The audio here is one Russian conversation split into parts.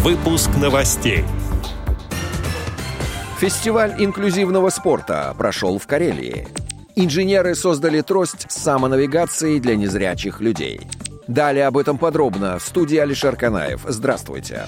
Выпуск новостей. Фестиваль инклюзивного спорта прошел в Карелии. Инженеры создали трость с самонавигацией для незрячих людей. Далее об этом подробно в студии Алишер Канаев. Здравствуйте.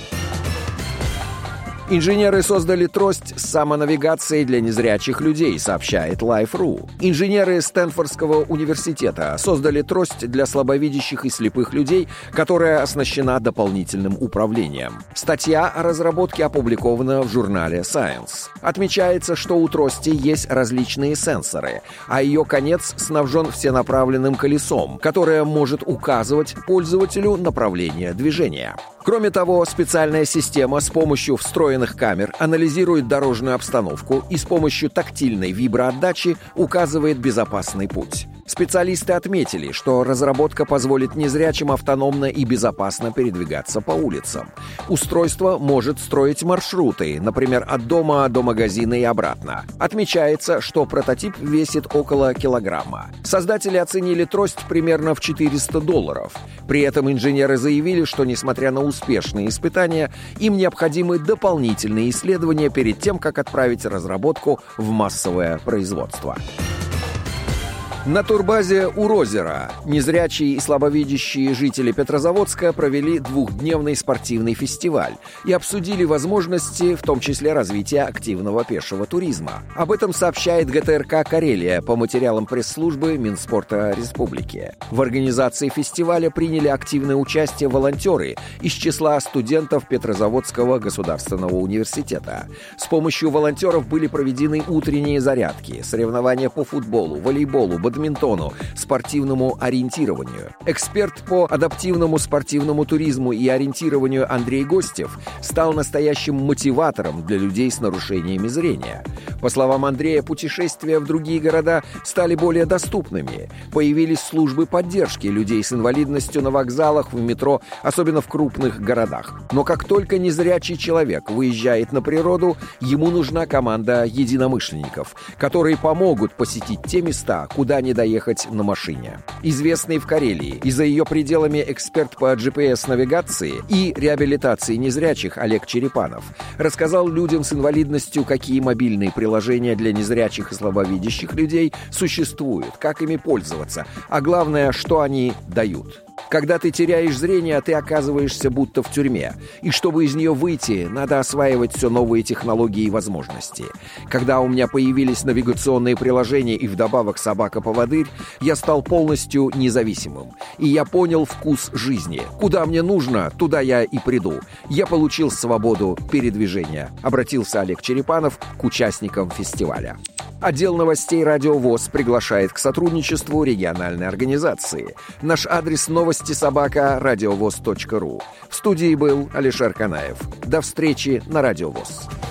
Инженеры создали трость с самонавигацией для незрячих людей, сообщает Life.ru. Инженеры Стэнфордского университета создали трость для слабовидящих и слепых людей, которая оснащена дополнительным управлением. Статья о разработке опубликована в журнале Science. Отмечается, что у трости есть различные сенсоры, а ее конец снабжен всенаправленным колесом, которое может указывать пользователю направление движения. Кроме того, специальная система с помощью встроенных камер анализирует дорожную обстановку и с помощью тактильной виброотдачи указывает безопасный путь. Специалисты отметили, что разработка позволит незрячим автономно и безопасно передвигаться по улицам. Устройство может строить маршруты, например, от дома до магазина и обратно. Отмечается, что прототип весит около килограмма. Создатели оценили трость примерно в $400. При этом инженеры заявили, что, несмотря на успешные испытания, им необходимы дополнительные исследования перед тем, как отправить разработку в массовое производство. На турбазе Урозеро незрячие и слабовидящие жители Петрозаводска провели двухдневный спортивный фестиваль и обсудили возможности, в том числе развития активного пешего туризма. Об этом сообщает ГТРК «Карелия» по материалам пресс-службы Минспорта Республики. В организации фестиваля приняли активное участие волонтеры из числа студентов Петрозаводского государственного университета. С помощью волонтеров были проведены утренние зарядки, соревнования по футболу, волейболу, бадминтону, спортивному ориентированию. Эксперт по адаптивному спортивному туризму и ориентированию Андрей Гостев стал настоящим мотиватором для людей с нарушениями зрения. По словам Андрея, путешествия в другие города стали более доступными. Появились службы поддержки людей с инвалидностью на вокзалах, в метро, особенно в крупных городах. Но как только незрячий человек выезжает на природу, ему нужна команда единомышленников, которые помогут посетить те места, куда не доехать на машине. Известный в Карелии и за ее пределами эксперт по GPS-навигации и реабилитации незрячих Олег Черепанов рассказал людям с инвалидностью, какие мобильные приложения для незрячих и слабовидящих людей существуют, как ими пользоваться, а главное, что они дают. Когда ты теряешь зрение, ты оказываешься будто в тюрьме. И чтобы из нее выйти, надо осваивать все новые технологии и возможности. Когда у меня появились навигационные приложения и вдобавок собака-поводырь, я стал полностью независимым. И я понял вкус жизни. Куда мне нужно, туда я и приду. Я получил свободу передвижения. Обратился Олег Черепанов к участникам фестиваля. Отдел новостей «Радио ВОС» приглашает к сотрудничеству региональной организации. Наш адрес новости@радиовоз.ру. В студии был Алишер Канаев. До встречи на «Радио ВОС».